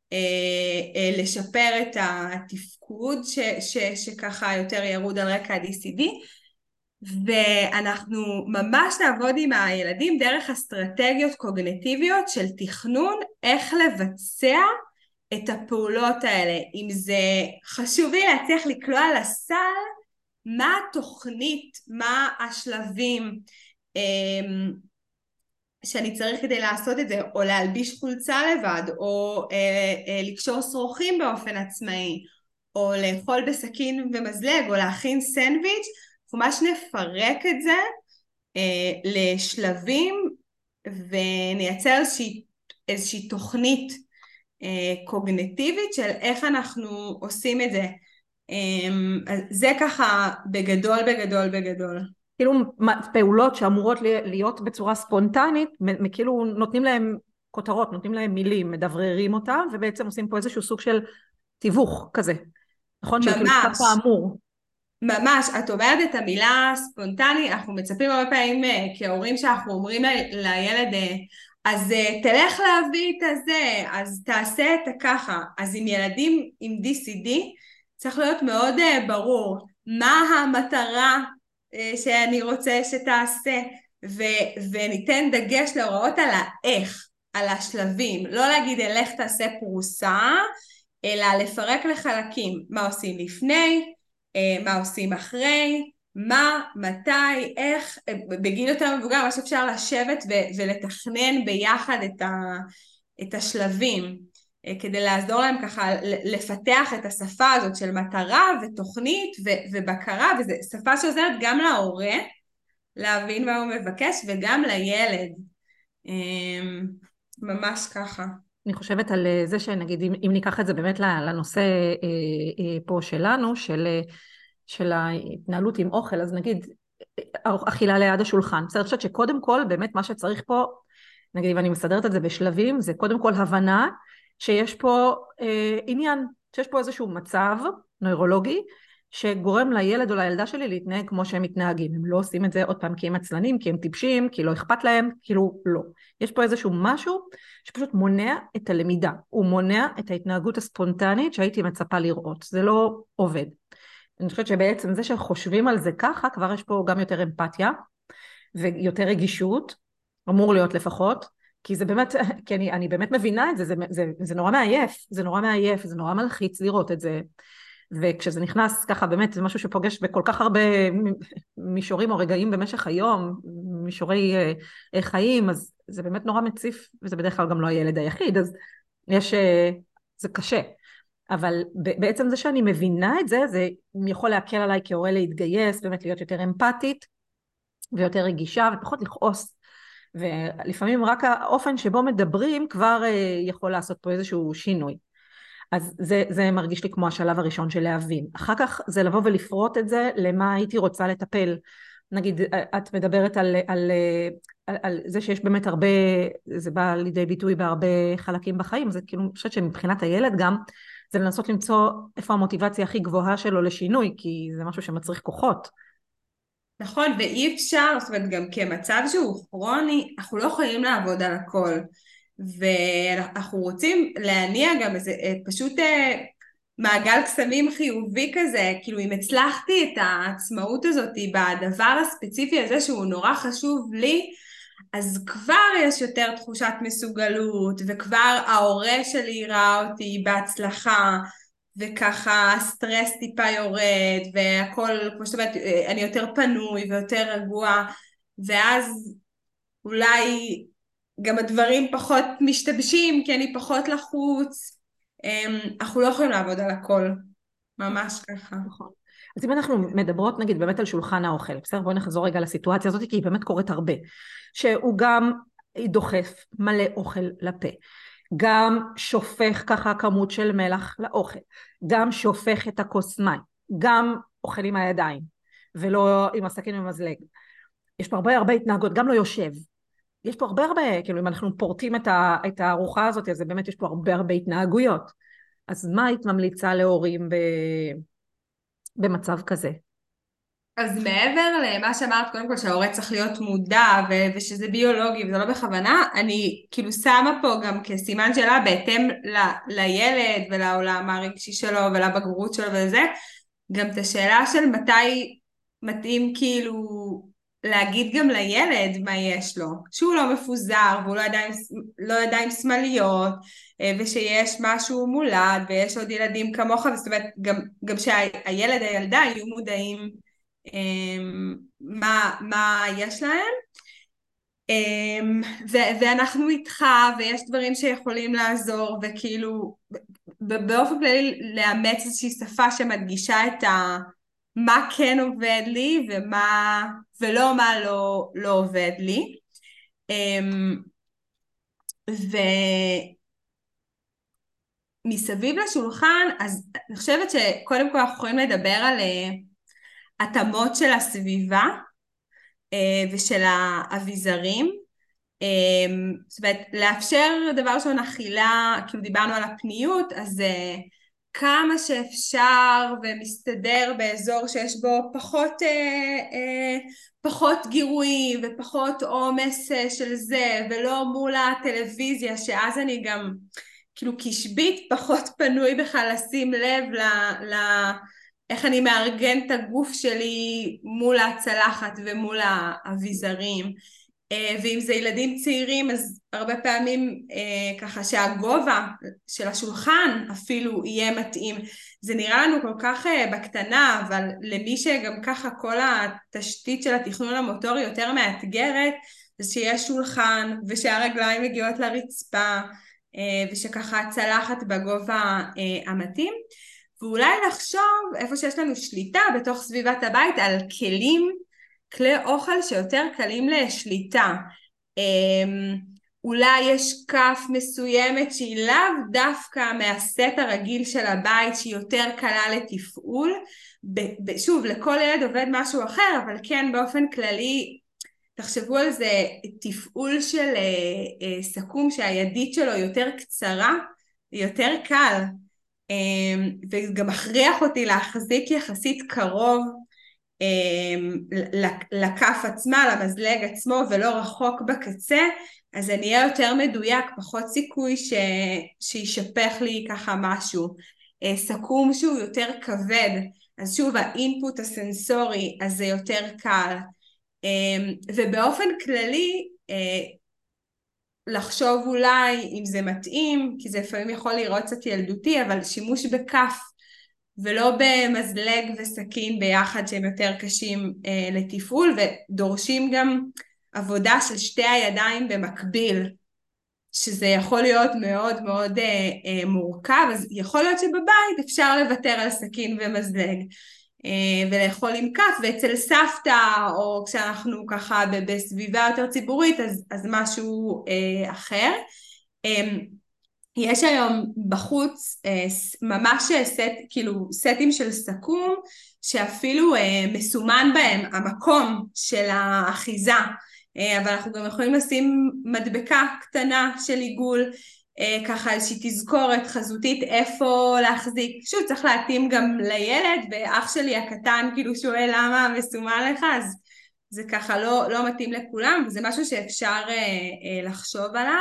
לשפר את התפקוד שככה יותר ירוד על רקע ה-DCD. ואנחנו ממש נעבוד עם הילדים דרך אסטרטגיות קוגניטיביות של תכנון איך לבצע את הפעולות האלה. אם זה חשוב לי להצליח לקלוע לסל, מה התוכנית, מה השלבים שאני צריך כדי לעשות את זה, או להלביש חולצה לבד, או לקשור שרוכים באופן עצמאי, או לאכול בסכין ומזלג, או להכין סנדוויץ'. אנחנו ממש נפרק את זה לשלבים, ונייצר איזושהי תוכנית קוגניטיבית של איך אנחנו עושים את זה. זה ככה בגדול. כאילו פעולות שאמורות להיות בצורה ספונטנית, כאילו נותנים להם כותרות, נותנים להם מילים, מדבררים אותם, ובעצם עושים פה איזשהו סוג של תיווך כזה, נכון? של כאילו כתב ממש. האמור. ממש, את אומרת את המילה ספונטני, אנחנו מצפים הרבה פעמים כהורים שאנחנו אומרים לילד, אז תלך להביא את הזה, אז תעשה את הככה. אז עם ילדים עם DCD צריך להיות מאוד ברור מה המטרה שאני רוצה שתעשה, וניתן דגש להוראות על האיך, על השלבים, לא להגיד לך תעשה פרוסה, אלא לפרק לחלקים, מה עושים לפני, מה עושים אחרי, מה, מתי, איך, בגיל יותר מבוגר, מה שאפשר לשבת ולתכנן ביחד את השלבים, כדי לעזור להם ככה לפתח את השפה הזאת של מטרה ותוכנית ובקרה, וזו שפה שעוזרת גם להורה להבין מה הוא מבקש וגם לילד, ממש ככה. אני חושבת על זה שנגיד, אם ניקח את זה באמת לנושא פה שלנו, של ההתנהלות עם אוכל, אז נגיד, אכילה ליד השולחן. בסדר, אני חושבת שקודם כל, באמת מה שצריך פה, נגיד, אם אני מסדרת את זה בשלבים, זה קודם כל הבנה שיש פה עניין, שיש פה איזשהו מצב נוירולוגי, שגורם לילד או לילדה שלי להתנהג כמו שהם מתנהגים. הם לא עושים את זה עוד פעם כי הם עצלנים, כי הם טיפשים, כי לא אכפת להם, כאילו לא. יש פה איזשהו משהו שפשוט מונע את הלמידה, הוא מונע את ההתנהגות הספונטנית שהייתי מצפה לראות, זה לא עובד. אני חושבת שבעצם זה שחושבים על זה ככה, כבר יש פה גם יותר אמפתיה ויותר רגישות, אמור להיות לפחות, כי זה באמת, כי אני באמת מבינה את זה, זה נורא מעייף, זה נורא מעייף, זה נורא מלחיץ לראות את זה, וכשזה נכנס ככה באמת זה משהו שפוגש בכל כך הרבה מישורים או רגעים במשך היום, מישורי חיים, אז זה באמת נורא מציף, וזה בדרך כלל גם לא הילד היחיד, אז יש, זה קשה. אבל בעצם זה שאני מבינה את זה, זה יכול להקל עליי כהורה להתגייס, באמת להיות יותר אמפתית, ויותר רגישה, ופחות לכעוס. ולפעמים רק האופן שבו מדברים, כבר יכול לעשות פה איזשהו שינוי. אז זה מרגיש לי כמו השלב הראשון של להבין. אחר כך זה לבוא ולפרוט את זה, למה הייתי רוצה לטפל. נגיד, את מדברת על זה שיש באמת הרבה, זה בא לידי ביטוי בהרבה חלקים בחיים, זה כאילו, אני חושבת שמבחינת הילד גם, זה לנסות למצוא איפה המוטיבציה הכי גבוהה שלו לשינוי, כי זה משהו שמצריך כוחות. נכון, ואי אפשר, זאת אומרת, גם כמצב שהוא כרוני, אנחנו לא יכולים לעבוד על הכל. ואנחנו רוצים להניע גם איזה, פשוט מעגל קסמים חיובי כזה, כאילו אם הצלחתי את העצמאות הזאת בדבר הספציפי הזה שהוא נורא חשוב לי, אז כבר יש יותר תחושת מסוגלות, וכבר ההורה שלי ראה אותי בהצלחה, וככה הסטרס טיפה יורד, והכל, כמו שאת אומרת, אני יותר פנוי ויותר רגוע, ואז אולי גם הדברים פחות משתבשים, כי אני פחות לחוץ, אנחנו לא יכולים לעבוד על הכל, ממש ככה. נכון. אז אם אנחנו מדברות נגיד באמת על שולחן האוכל, בסדר? בואי נחזור רגע לסיטואציה הזאת, כי היא באמת קורית הרבה, שהוא גם דוחף מלא אוכל לפה, גם שופך ככה כמות של מלח לאוכל, גם שופך את הכוס מים, גם אוכל עם הידיים, ולא עם הסכין ומזלג. יש פה הרבה התנהגות, גם לא יושב. יש פה הרבה, כאילו אם אנחנו פורטים את הארוחה הזאת, אז באמת יש פה הרבה התנהגויות. אז מה היית ממליצה להורים במצב כזה? אז מעבר למה שאמרת, קודם כל שההורה צריך להיות מודע ושזה ביולוגי וזה לא בכוונה, אני כאילו שמה פה גם כסימן שאלה בהתאם לילד ולעולם הרגשי שלו ולבגרות שלו וזה, גם את השאלה של מתי מתאים כאילו להגיד גם לילד מה יש לו, שהוא לא מפוזר והוא לא ידיים שמאליות, ושיש משהו מולד ויש עוד ילדים כמוך, זאת אומרת גם שהילד הילדה יהיו מודעים מה יש להם, ואנחנו איתך ויש דברים שיכולים לעזור, וכאילו באופן כללי לאמץ איזושהי שפה שמדגישה את מה כן עובד לי ולא מה לא עובד לי. ומסביב לשולחן, אז אני חושבת שקודם כל אנחנו יכולים לדבר על התאמות של הסביבה, ושל האביזרים. זאת אומרת, לאפשר דבר ראשון אכילה, כאילו דיברנו על הפניות, אז כמה שאפשר ומסתדר באזור שיש בו פחות גירויים ופחות עומס של זה, ולא מול הטלוויזיה, שאז אני גם כאילו קשבית פחות פנוי בכלל לשים לב איך אני מארגן את הגוף שלי מול הצלחת ומול האביזרים. ואם זה ילדים צעירים, אז הרבה פעמים ככה שהגובה של השולחן אפילו יהיה מתאים. זה נראה לנו כל כך בקטנה, אבל למי שגם ככה כל התשתית של התכנון המוטורי יותר מאתגרת, זה שיש שולחן ושהרגליים מגיעות לרצפה, ושככה הצלחת בגובה המתאים. ואולי לחשוב איפה שיש לנו שליטה בתוך סביבת הבית על כלי אוכל שיותר קלים לשליטה. אולי יש כף מסוימת שהיא לאו דווקא מהסט הרגיל של הבית, שהיא יותר קלה לתפעול. שוב, לכל ילד עובד משהו אחר, אבל כן באופן כללי, תחשבו על זה, תפעול של סכו"ם שהידית שלו יותר קצרה, יותר קל, וגם מכריח אותי להחזיק יחסית קרוב לכף עצמה, למזלג עצמו, ולא רחוק בקצה, אז אני אהיה יותר מדויק, פחות סיכוי שישפך לי ככה משהו. סכו"ם שהוא יותר כבד, אז שוב האינפוט הסנסורי, אז זה יותר קל. ובאופן כללי, לחשוב אולי אם זה מתאים, כי זה לפעמים יכול לראות קצת ילדותי, אבל שימוש בכף, ולא במזלג וסכין ביחד שהם יותר קשים לתפעול, ודורשים גם עבודה של שתי הידיים במקביל, שזה יכול להיות מאוד מאוד מורכב. אז יכול להיות שבבית אפשר לוותר על סכין ומזלג, ולאכול עם כף, ואצל סבתא, או כשאנחנו ככה בסביבה יותר ציבורית, אז משהו אחר. יש היום בחוץ ממש סטים של סכו"ם, שאפילו מסומן בהם המקום של האחיזה, אבל אנחנו גם יכולים לשים מדבקה קטנה של עיגול, ככה איזושהי תזכורת חזותית איפה להחזיק. שוב, צריך להתאים גם לילד, ואח שלי הקטן כאילו שואל למה מסומן לך, אז זה ככה לא מתאים לכולם, וזה משהו שאפשר לחשוב עליו.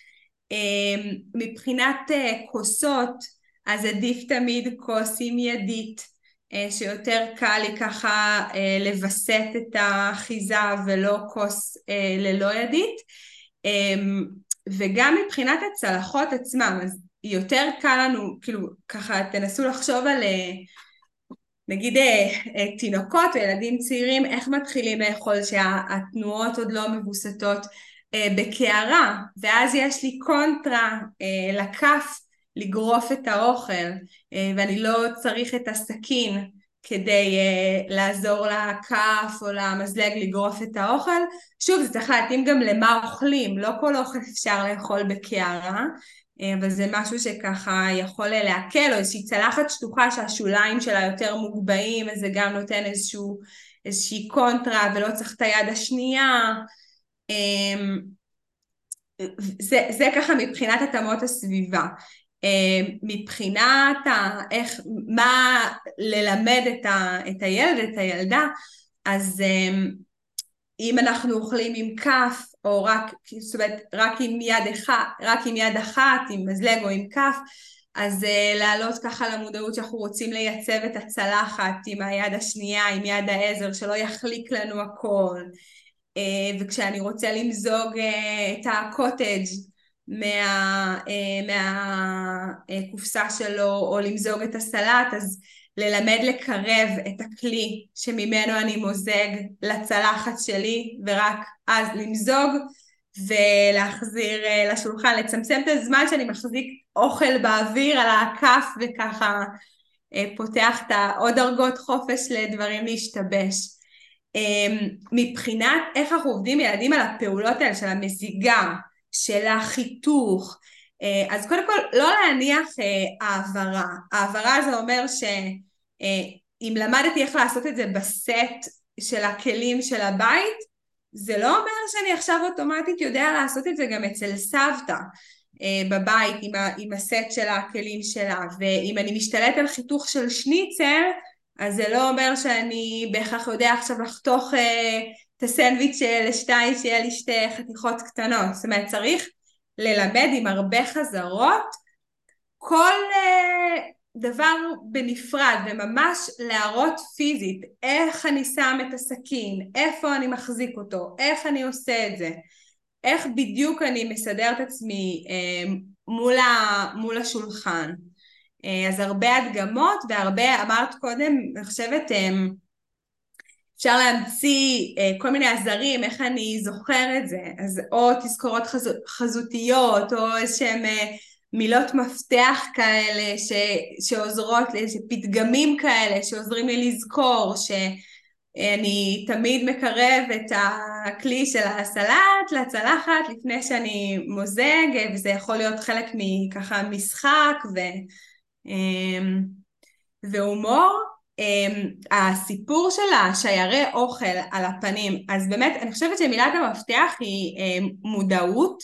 מבחינת כוסות, אז עדיף תמיד כוס עם ידית, שיותר קל לי ככה לבסט את האחיזה, ולא כוס ללא ידית. וגם מבחינת הצלחות עצמם, אז יותר קל לנו, כאילו ככה תנסו לחשוב על נגיד תינוקות או ילדים צעירים, איך מתחילים לאכול שהתנועות עוד לא מבוסתות בקערה, ואז יש לי קונטרה לכף לגרוף את האוכל, ואני לא צריך את הסכין כדי לעזור לכף או למזלג לגרוף את האוכל. שוב, זה צריך להתאים גם למה אוכלים, לא כל אוכל אפשר לאכול בקערה, אבל זה משהו שככה יכול להקל, או איזושהי צלחת שטוחה שהשוליים שלה יותר מוגבהים, אז זה גם נותן איזושהי קונטרה, ולא צריך את היד השנייה. זה ככה מבחינת התאמות הסביבה. מבחינת מה ללמד את הילד, את הילדה, אז אם אנחנו אוכלים עם כף, או זאת אומרת, רק עם יד אחת, עם מזלג או עם כף, אז לעלות ככה למודעות שאנחנו רוצים לייצב את הצלחת עם היד השנייה, עם יד העזר, שלא יחליק לנו הכל. וכשאני רוצה למזוג את הקוטג' מהקופסה שלו, או למזוג את הסלט, אז ללמד לקרב את הכלי שממנו אני מוזג לצלחת שלי, ורק אז למזוג ולהחזיר לשולחן, לצמצם את הזמן שאני מחזיק אוכל באוויר על הכף, וככה פותח את עוד דרגות חופש לדברים להשתבש. מבחינת איך אנחנו עובדים ילדים על הפעולות האלה של המזיגה, של החיתוך, אז קודם כל לא להניח העברה. העברה זה אומר שאם למדתי איך לעשות את זה בסט, של הכלים של הבית, זה לא אומר שאני עכשיו אוטומטית יודע לעשות את זה גם אצל סבתא בבית עם הסט של הכלים שלה, ואם אני משתלט על חיתוך של שניצל, אז זה לא אומר שאני בהכרח יודע עכשיו לחתוך את הסנדוויץ' לשתיים, שיהיה לי שתי חתיכות קטנות. זאת אומרת, צריך ללמד עם הרבה חזרות כל דבר בנפרד, וממש להראות פיזית איך אני שם את הסכין, איפה אני מחזיק אותו, איך אני עושה את זה, איך בדיוק אני מסדר את עצמי מול השולחן. אז הרבה הדגמות והרבה, אמרת קודם, אני חושבת, אפשר להמציא כל מיני עזרים, איך אני זוכר את זה, אז או תזכורות חזותיות, או איזשהם מילות מפתח כאלה שעוזרות לי, פתגמים כאלה שעוזרים לי לזכור, שאני תמיד מקרב את הכלי של הסלט לצלחת לפני שאני מוזג, וזה יכול להיות חלק מככה משחק והומור. הסיפור של השיירי אוכל על הפנים, אז באמת אני חושבת שמילת המפתח היא מודעות.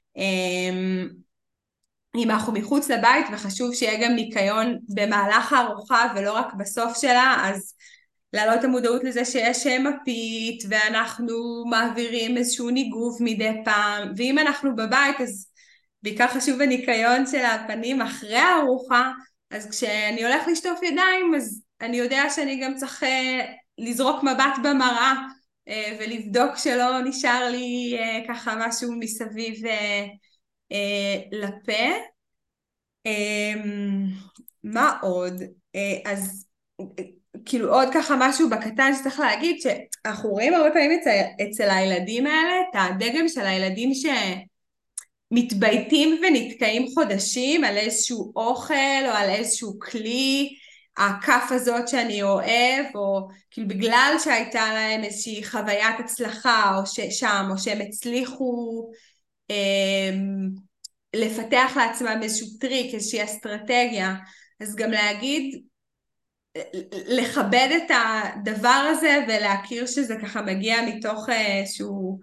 אם אנחנו מחוץ לבית וחשוב שיהיה גם ניקיון במהלך הארוחה ולא רק בסוף שלה, אז להעלות את המודעות לזה שיש מפית ואנחנו מעבירים איזשהו ניגוב מדי פעם, ואם אנחנו בבית אז בעיקר חשוב הניקיון של הפנים אחרי הארוחה, אז כשאני הולך לשטוף ידיים אז אני יודע שאני גם צריך לזרוק מבט במראה ולבדוק שלא נשאר לי ככה משהו מסביב לפה. מה עוד? אז כאילו עוד ככה משהו בקטן שצריך להגיד, שאנחנו רואים הרבה פעמים אצל הילדים האלה את הדגם של הילדים שמתבייתים ונתקעים חודשים על איזשהו אוכל או על איזשהו כלי, הכף הזאת שאני אוהב, או כאילו בגלל שהייתה להם איזושהי חוויית הצלחה או שם, או שהם הצליחו לפתח לעצמם איזשהו טריק, איזושהי אסטרטגיה, אז גם להגיד, לכבד את הדבר הזה ולהכיר שזה ככה מגיע מתוך איזשהו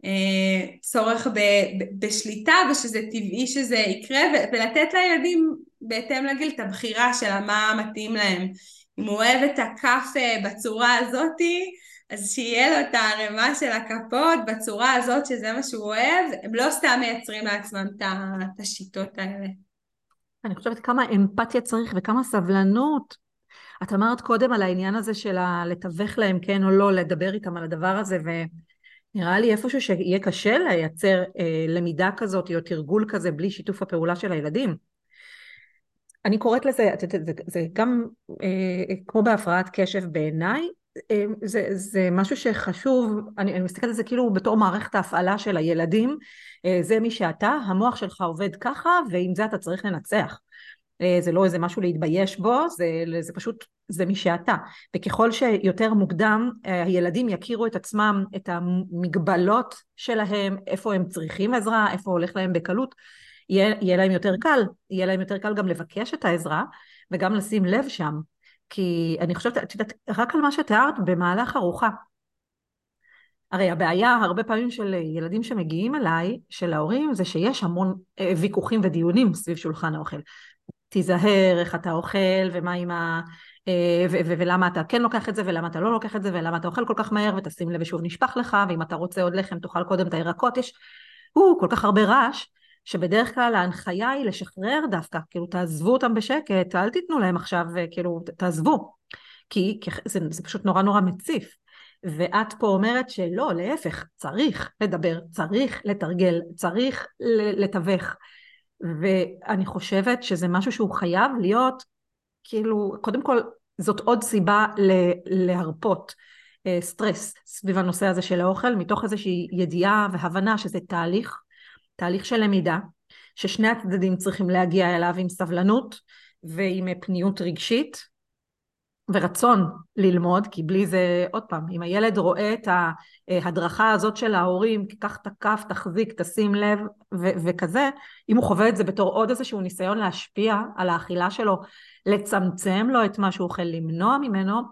צורך בשליטה, ושזה טבעי שזה יקרה, ולתת לילדים בהתאם לגיל את הבחירה של מה מתאים להם. אם הוא אוהב את הכף בצורה הזאתי, אז שיהיה לו את הערימה של הכפות בצורה הזאת שזה מה שהוא אוהב, הם לא סתם מייצרים לעצמם את השיטות האלה. אני חושבת כמה אמפתיה צריך וכמה סבלנות. את אמרת קודם על העניין הזה של לתווך להם כן או לא, לדבר איתם על הדבר הזה, ונראה לי איפשהו שיהיה קשה לייצר למידה כזאת או תרגול כזה בלי שיתוף הפעולה של הילדים. אני קוראת לזה, זה גם כמו בהפרעת קשב בעיניי, זה משהו שחשוב, אני מסתכלת על זה כאילו בתור מערכת ההפעלה של הילדים, זה מי שאתה, המוח שלך עובד ככה, ועם זה אתה צריך לנצח. זה לא איזה משהו להתבייש בו, זה פשוט, זה מי שאתה. וככל שיותר מוקדם, הילדים יכירו את עצמם, את המגבלות שלהם, איפה הם צריכים עזרה, איפה הולך להם בקלות, יהיה להם יותר קל, יהיה להם יותר קל גם לבקש את העזרה, וגם לשים לב שם. כי אני חושבת, את יודעת, רק על מה שתיארת במהלך ארוחה. הרי הבעיה הרבה פעמים של ילדים שמגיעים אליי, של ההורים, זה שיש המון ויכוחים ודיונים סביב שולחן האוכל. תיזהר איך אתה אוכל, ומה עם ולמה אתה כן לוקח את זה, ולמה אתה לא לוקח את זה, ולמה אתה אוכל כל כך מהר, ותשים לב ושוב נשפך לך, ואם אתה רוצה עוד לחם, תאכל קודם את הירקות, יש כל כך הרבה רעש, שבדרך כלל ההנחיה היא לשחרר דווקא, כאילו תעזבו אותם בשקט, אל תיתנו להם עכשיו, כאילו תעזבו, כי זה פשוט נורא נורא מציף, ואת פה אומרת שלא, להפך, צריך לדבר, צריך לתרגל, צריך לתווך, ואני חושבת שזה משהו שהוא חייב להיות, כאילו, קודם כל, זאת עוד סיבה להרפות סטרס סביב הנושא הזה של האוכל, מתוך איזושהי ידיעה והבנה שזה תהליך של למידה, ששני הצדדים צריכים להגיע אליו עם סבלנות ועם פניות רגשית ורצון ללמוד, כי בלי זה, עוד פעם, אם הילד רואה את ההדרכה הזאת של ההורים, קח את הכף, תחזיק, תשים לב וכזה, אם הוא חווה את זה בתור עוד איזשהו ניסיון להשפיע על האכילה שלו, לצמצם לו את מה שהוא אוכל, למנוע ממנו,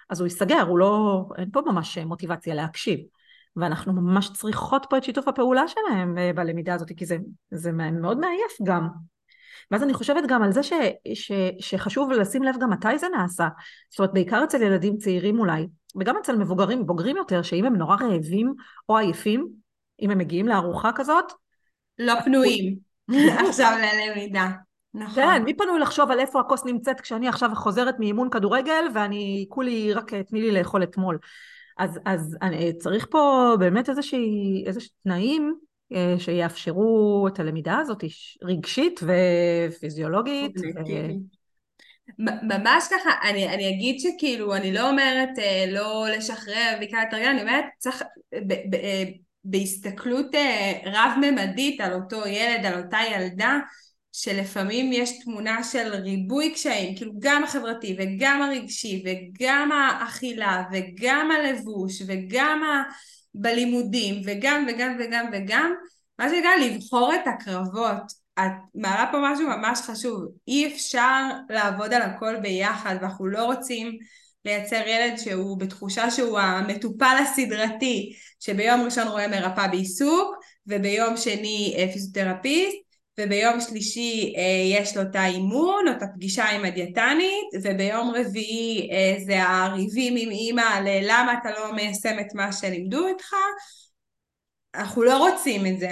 אז הוא ייסגר, הוא לא, אין פה ממש מוטיבציה להקשיב. ואנחנו ממש צריכות פה את שיתוף הפעולה שלהם בלמידה הזאת, כי זה מאוד מעייף גם. ואז אני חושבת גם על זה שחשוב לשים לב גם מתי זה נעשה. זאת אומרת, בעיקר אצל ילדים צעירים אולי, וגם אצל מבוגרים, בוגרים יותר, שאם הם נורא רעבים או עייפים, אם הם מגיעים לארוחה כזאת, לא פנויים עכשיו ללמידה. כן, נכון. מי פנוי לחשוב על איפה הכוס נמצאת כשאני עכשיו חוזרת מאימון כדורגל, ואני כולי רק תני לי לאכול אתמול. אז צריך פה באמת איזה תנאים שיאפשרו את הלמידה הזאת, רגשית ופיזיולוגית. קוגניטיבי. ממש ככה, אני אגיד שכאילו, אני לא אומרת לא לשחרר וכאלה לתרגל, אני אומרת, צריך בהסתכלות רב-ממדית על אותו ילד, על אותה ילדה, שלפעמים יש תמונה של ריבוי קשיים, כאילו גם החברתי וגם הרגשי וגם האכילה וגם הלבוש וגם בלימודים וגם וגם וגם וגם, מה שנקרא לבחור את הקרבות. את מעלה פה משהו ממש חשוב, אי אפשר לעבוד על הכל ביחד, ואנחנו לא רוצים לייצר ילד שהוא בתחושה שהוא המטופל הסדרתי, שביום ראשון רואה מרפאה בעיסוק, וביום שני פיזיותרפיסט, וביום שלישי יש לו את האימון, או את הפגישה עם הדיאטנית, וביום רביעי זה הריבים עם אמא על למה אתה לא מיישם את מה שלימדו איתך, אנחנו לא רוצים את זה.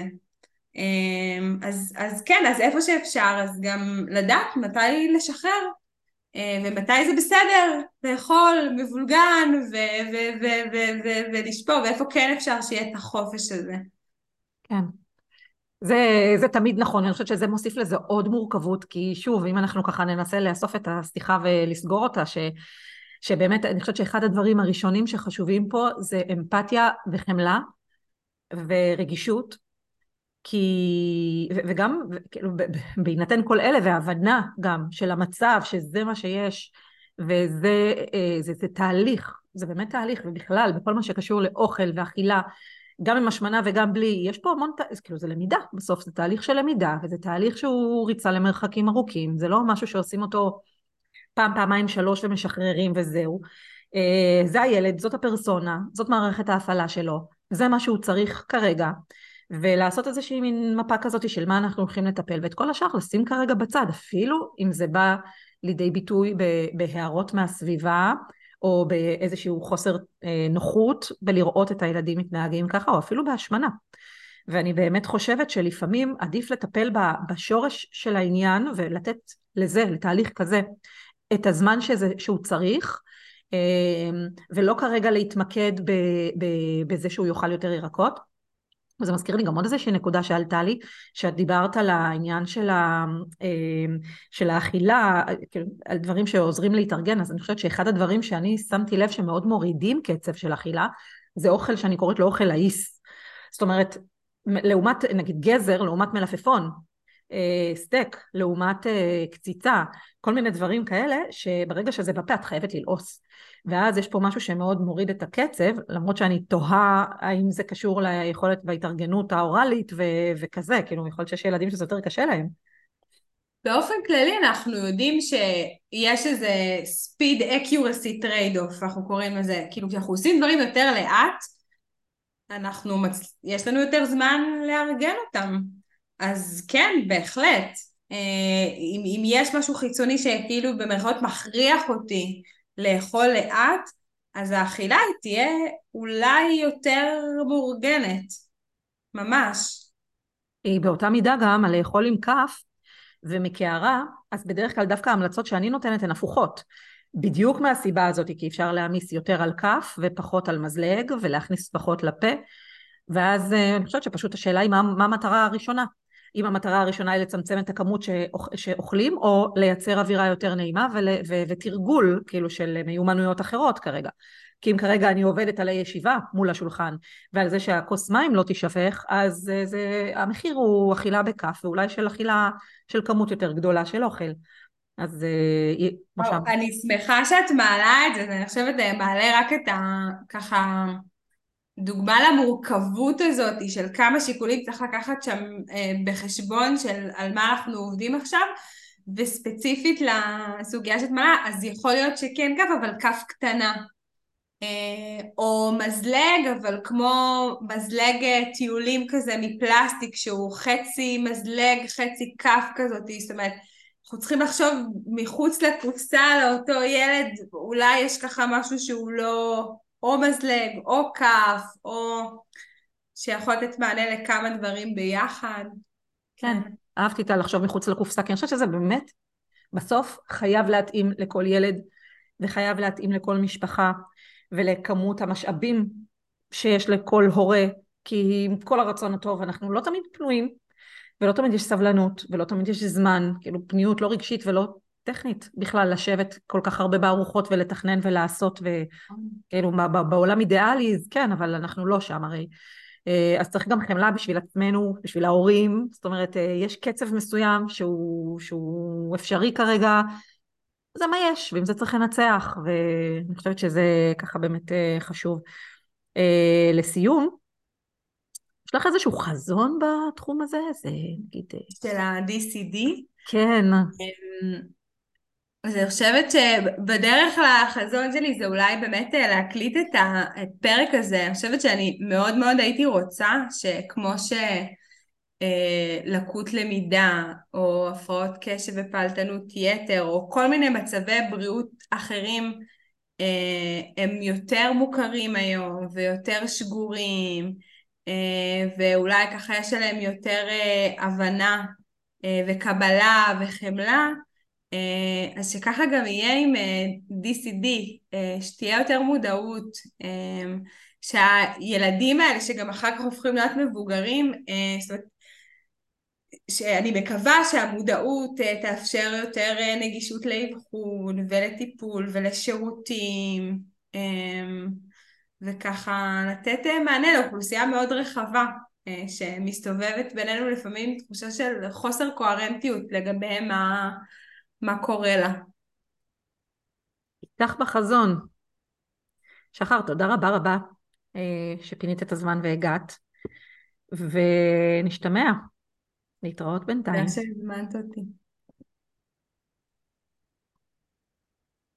אז כן, אז איפה שאפשר, אז גם לדעת מתי לשחרר, ומתי זה בסדר, לאכול מבולגן ולשפור, ואיפה כן אפשר שיהיה את החופש הזה. כן, זה תמיד נכון, אני חושבת שזה מוסיף לזה עוד מורכבות, כי שוב, אם אנחנו ככה ננסה לאסוף את השיחה ולסגור אותה, שבאמת אני חושבת שאחד הדברים הראשונים שחשובים פה זה אמפתיה וחמלה ורגישות, וגם כאילו, בהינתן כל אלה והבנה גם של המצב, שזה מה שיש, זה תהליך, זה באמת תהליך, ובכלל בכל מה שקשור לאוכל ואכילה, גם עם השמנה וגם בלי, יש פה המון, כאילו זה למידה, בסוף זה תהליך של למידה, וזה תהליך שהוא ריצה למרחקים ארוכים, זה לא משהו שעושים אותו פעם, פעמיים, שלוש ומשחררים וזהו. זה הילד, זאת הפרסונה, זאת מערכת ההפעלה שלו, זה מה שהוא צריך כרגע, ולעשות איזושהי מין מפה כזאת של מה אנחנו הולכים לטפל, ואת כל השאר לשים כרגע בצד, אפילו אם זה בא לידי ביטוי בהערות מהסביבה, או באיזשהו חוסר נוחות בלראות את הילדים מתנהגים ככה, או אפילו בהשמנה. ואני באמת חושבת שלפעמים עדיף לטפל בשורש של העניין, ולתת לזה, לתהליך כזה, את הזמן שהוא צריך, ולא כרגע להתמקד בזה שהוא יאכל יותר ירקות. וזה מזכיר לי גם עוד איזושהי נקודה שעלתה לי, שאת דיברת על העניין של האכילה, על דברים שעוזרים להתארגן, אז אני חושבת שאחד הדברים שאני שמתי לב שמאוד מורידים קצב של אכילה, זה אוכל שאני קוראת לו אוכל לעיס. זאת אומרת, לעומת, נגיד גזר, לעומת מלפפון, סטייק, לעומת קציצה, כל מיני דברים כאלה, שברגע שזה בפה את חייבת ללעוס. ואז יש פה משהו שמאוד מוריד את הקצב, למרות שאני תוהה האם זה קשור ליכולת בהתארגנות האורלית וכזה, כאילו יכול להיות שיש ילדים שזה יותר קשה להם. באופן כללי אנחנו יודעים שיש איזה speed accuracy trade-off, אנחנו קוראים לזה, כאילו כשאנחנו עושים דברים יותר לאט, יש לנו יותר זמן לארגן אותם. אז כן, בהחלט. אם יש משהו חיצוני שכאילו במרכאות מכריח אותי לאכול לאט, אז האכילה היא תהיה אולי יותר מאורגנת. ממש. היא באותה מידה גם על לאכול עם כף ומקערה, אז בדרך כלל דווקא ההמלצות שאני נותנת הן הפוכות. בדיוק מהסיבה הזאת, כי אפשר להעמיס יותר על כף ופחות על מזלג, ולהכניס פחות לפה, ואז אני חושבת שפשוט השאלה היא מה המטרה הראשונה. אם המטרה הראשונה היא לצמצם את הכמות שאוכלים, או לייצר אווירה יותר נעימה, ותרגול כאילו של מיומנויות אחרות כרגע. כי אם כרגע אני עובדת על הישיבה מול השולחן, ועל זה שהכוס מים לא תשפך, אז המחיר הוא אכילה בכף, ואולי של אכילה של כמות יותר גדולה של אוכל. אז אני שמחה שאת מעלה את זה, אני חושבת מעלה רק את ככה דוגמה למורכבות הזאת של כמה שיקולים צריך לקחת שם בחשבון של על מה אנחנו עובדים עכשיו, וספציפית לסוגיה שאת מעלה, אז יכול להיות שכן כף, אבל כף קטנה. או מזלג, אבל כמו מזלג טיולים כזה מפלסטיק, שהוא חצי מזלג, חצי כף כזאת, זאת אומרת, אנחנו צריכים לחשוב מחוץ לקופסה לאותו ילד, אולי יש ככה משהו שהוא לא או מזלג, או כף, או שיכול לתת מענה לכמה דברים ביחד. כן, כן. אהבתי את לחשוב מחוץ לקופסה, כי אני חושבת שזה באמת, בסוף חייב להתאים לכל ילד, וחייב להתאים לכל משפחה, ולכמות המשאבים שיש לכל הורה, כי עם כל הרצון הטוב אנחנו לא תמיד פנויים, ולא תמיד יש סבלנות, ולא תמיד יש זמן, כאילו פניות לא רגשית ולא טכנית, בכלל לשבת כל כך הרבה בארוחות ולתכנן ולעשות, וכאילו בעולם אידיאלי, אז כן, אבל אנחנו לא שם הרי. אז צריך גם חמלה בשביל עצמנו, בשביל ההורים, זאת אומרת, יש קצב מסוים שהוא אפשרי כרגע, זה מה יש, ועם זה צריך לנצח, ואני חושבת שזה ככה באמת חשוב. לסיום, יש לך איזשהו חזון בתחום הזה? זה נגיד... של ה-DCD. כן, אז אני חושבת שבדרך לחזון שלי זה אולי באמת להקליט את הפרק הזה. אני חושבת שאני מאוד מאוד הייתי רוצה שכמו לקות למידה או הפרעות קשב ופעלתנות יתר או כל מיני מצבי בריאות אחרים הם יותר מוכרים היום ויותר שגורים, ואולי ככה יש עליהם יותר הבנה וקבלה וחמלה, אז שככה גם יהיה עם DCD, שתהיה יותר מודעות, שהילדים האלה שגם אחר כך הופכים להיות מבוגרים, זאת אומרת, שאני מקווה שהמודעות תאפשר יותר נגישות לאבחון ולטיפול ולשירותים, וככה לתת מענה לאוכלוסייה מאוד רחבה שמסתובבת בינינו לפעמים תחושה של חוסר קוהרנטיות לגבי מה קורה לה. איתך בחזון. שחר, תודה רבה רבה שפינית את הזמן והגעת, ונשתמע. להתראות תודה בינתיים. שהזמנת אותי.